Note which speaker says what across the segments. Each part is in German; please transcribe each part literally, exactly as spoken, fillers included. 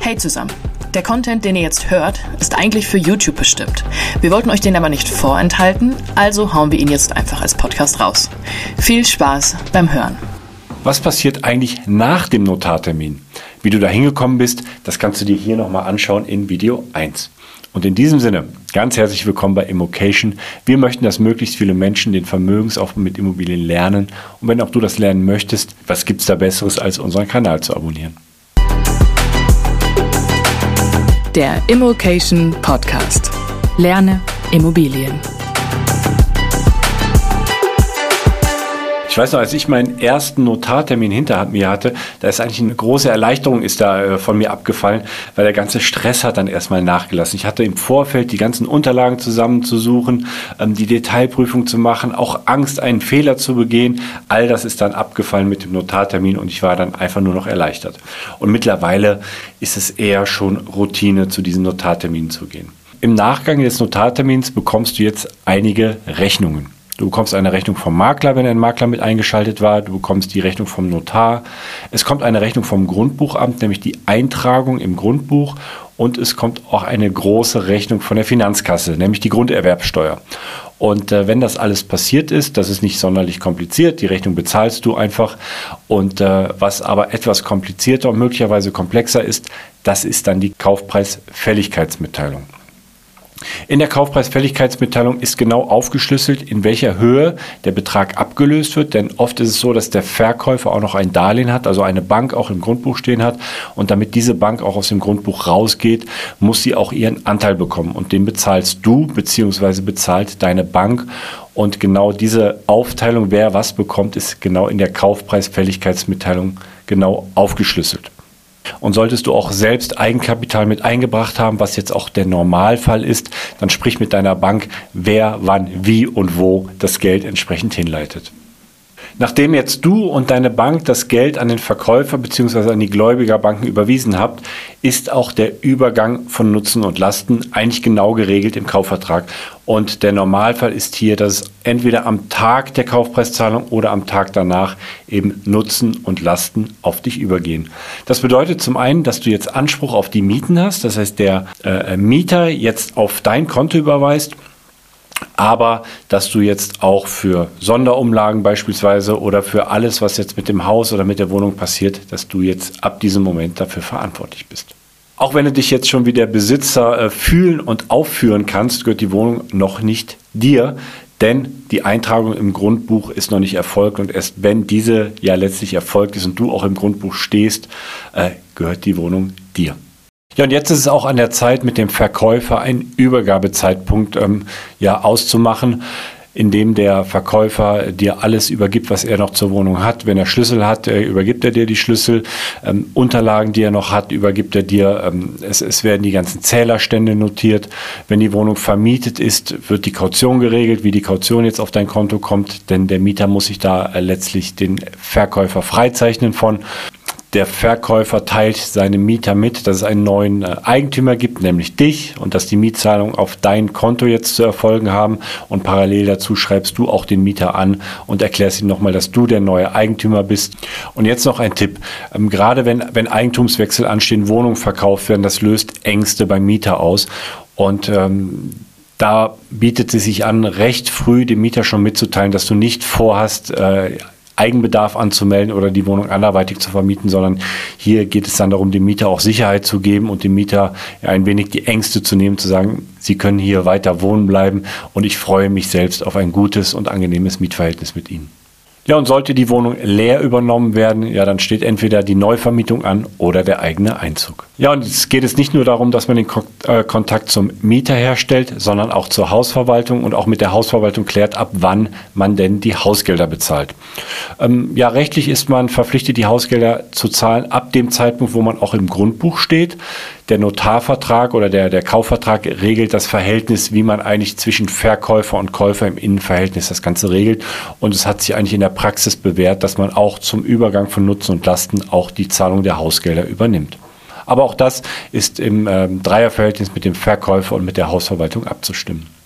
Speaker 1: Hey zusammen! Der Content, den ihr jetzt hört, ist eigentlich für YouTube bestimmt. Wir wollten euch den aber nicht vorenthalten, also hauen wir ihn jetzt einfach als Podcast raus. Viel Spaß beim Hören!
Speaker 2: Was passiert eigentlich nach dem Notartermin? Wie du da hingekommen bist, das kannst du dir hier nochmal anschauen in Video eins. Und in diesem Sinne, ganz herzlich willkommen bei Immocation. Wir möchten, dass möglichst viele Menschen den Vermögensaufbau mit Immobilien lernen. Und wenn auch du das lernen möchtest, was gibt es da Besseres, als unseren Kanal zu abonnieren?
Speaker 1: Der Immocation Podcast. Lerne Immobilien.
Speaker 2: Ich weiß noch, als ich meinen ersten Notartermin hinter mir hatte, da ist eigentlich eine große Erleichterung ist da von mir abgefallen, weil der ganze Stress hat dann erstmal nachgelassen. Ich hatte im Vorfeld die ganzen Unterlagen zusammenzusuchen, die Detailprüfung zu machen, auch Angst, einen Fehler zu begehen. All das ist dann abgefallen mit dem Notartermin und ich war dann einfach nur noch erleichtert. Und mittlerweile ist es eher schon Routine, zu diesen Notarterminen zu gehen. Im Nachgang des Notartermins bekommst du jetzt einige Rechnungen. Du bekommst eine Rechnung vom Makler, wenn ein Makler mit eingeschaltet war. Du bekommst die Rechnung vom Notar. Es kommt eine Rechnung vom Grundbuchamt, nämlich die Eintragung im Grundbuch. Und es kommt auch eine große Rechnung von der Finanzkasse, nämlich die Grunderwerbsteuer. Und äh, wenn das alles passiert ist, das ist nicht sonderlich kompliziert. Die Rechnung bezahlst du einfach. Und äh, was aber etwas komplizierter und möglicherweise komplexer ist, das ist dann die Kaufpreisfälligkeitsmitteilung. In der Kaufpreisfälligkeitsmitteilung ist genau aufgeschlüsselt, in welcher Höhe der Betrag abgelöst wird, denn oft ist es so, dass der Verkäufer auch noch ein Darlehen hat, also eine Bank auch im Grundbuch stehen hat und damit diese Bank auch aus dem Grundbuch rausgeht, muss sie auch ihren Anteil bekommen und den bezahlst du bzw. bezahlt deine Bank und genau diese Aufteilung, wer was bekommt, ist genau in der Kaufpreisfälligkeitsmitteilung genau aufgeschlüsselt. Und solltest du auch selbst Eigenkapital mit eingebracht haben, was jetzt auch der Normalfall ist, dann sprich mit deiner Bank, wer, wann, wie und wo das Geld entsprechend hinleitet. Nachdem jetzt du und deine Bank das Geld an den Verkäufer bzw. an die Gläubigerbanken überwiesen habt, ist auch der Übergang von Nutzen und Lasten eigentlich genau geregelt im Kaufvertrag. Und der Normalfall ist hier, dass es entweder am Tag der Kaufpreiszahlung oder am Tag danach eben Nutzen und Lasten auf dich übergehen. Das bedeutet zum einen, dass du jetzt Anspruch auf die Mieten hast, das heißt der äh, Mieter jetzt auf dein Konto überweist, aber dass du jetzt auch für Sonderumlagen beispielsweise oder für alles, was jetzt mit dem Haus oder mit der Wohnung passiert, dass du jetzt ab diesem Moment dafür verantwortlich bist. Auch wenn du dich jetzt schon wie der Besitzer äh, fühlen und aufführen kannst, gehört die Wohnung noch nicht dir, denn die Eintragung im Grundbuch ist noch nicht erfolgt und erst wenn diese ja letztlich erfolgt ist und du auch im Grundbuch stehst, äh, gehört die Wohnung dir. Ja, und jetzt ist es auch an der Zeit, mit dem Verkäufer einen Übergabezeitpunkt ähm, ja, auszumachen, indem der Verkäufer dir alles übergibt, was er noch zur Wohnung hat. Wenn er Schlüssel hat, äh, übergibt er dir die Schlüssel. Ähm, Unterlagen, die er noch hat, übergibt er dir. Ähm, es, es werden die ganzen Zählerstände notiert. Wenn die Wohnung vermietet ist, wird die Kaution geregelt, wie die Kaution jetzt auf dein Konto kommt, denn der Mieter muss sich da äh, letztlich den Verkäufer freizeichnen von. Der Verkäufer teilt seinem Mieter mit, dass es einen neuen Eigentümer gibt, nämlich dich, und dass die Mietzahlungen auf dein Konto jetzt zu erfolgen haben. Und parallel dazu schreibst du auch den Mieter an und erklärst ihm nochmal, dass du der neue Eigentümer bist. Und jetzt noch ein Tipp. Ähm, gerade wenn, wenn Eigentumswechsel anstehen, Wohnungen verkauft werden, das löst Ängste beim Mieter aus. Und ähm, da bietet es sich an, recht früh dem Mieter schon mitzuteilen, dass du nicht vorhast, äh, Eigenbedarf anzumelden oder die Wohnung anderweitig zu vermieten, sondern hier geht es dann darum, dem Mieter auch Sicherheit zu geben und dem Mieter ein wenig die Ängste zu nehmen, zu sagen, Sie können hier weiter wohnen bleiben und ich freue mich selbst auf ein gutes und angenehmes Mietverhältnis mit Ihnen. Ja, und sollte die Wohnung leer übernommen werden, ja, dann steht entweder die Neuvermietung an oder der eigene Einzug. Ja, und es geht es nicht nur darum, dass man den Ko- äh, Kontakt zum Mieter herstellt, sondern auch zur Hausverwaltung und auch mit der Hausverwaltung klärt ab, wann man denn die Hausgelder bezahlt. Ähm, ja, rechtlich ist man verpflichtet, die Hausgelder zu zahlen ab dem Zeitpunkt, wo man auch im Grundbuch steht. Der Notarvertrag oder der, der Kaufvertrag regelt das Verhältnis, wie man eigentlich zwischen Verkäufer und Käufer im Innenverhältnis das Ganze regelt. Und es hat sich eigentlich in der Praxis bewährt, dass man auch zum Übergang von Nutzen und Lasten auch die Zahlung der Hausgelder übernimmt. Aber auch das ist im ähm, Dreierverhältnis mit dem Verkäufer und mit der Hausverwaltung abzustimmen.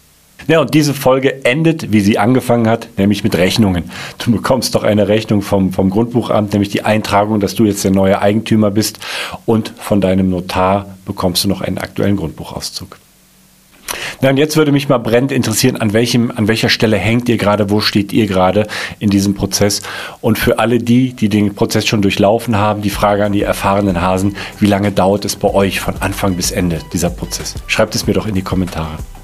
Speaker 2: Ja, und diese Folge endet, wie sie angefangen hat, nämlich mit Rechnungen. Du bekommst doch eine Rechnung vom, vom Grundbuchamt, nämlich die Eintragung, dass du jetzt der neue Eigentümer bist, und von deinem Notar bekommst du noch einen aktuellen Grundbuchauszug. Na, und jetzt würde mich mal brennend interessieren, an welchem, an welcher Stelle hängt ihr gerade, wo steht ihr gerade in diesem Prozess? Und für alle die, die den Prozess schon durchlaufen haben, die Frage an die erfahrenen Hasen: Wie lange dauert es bei euch von Anfang bis Ende, dieser Prozess? Schreibt es mir doch in die Kommentare.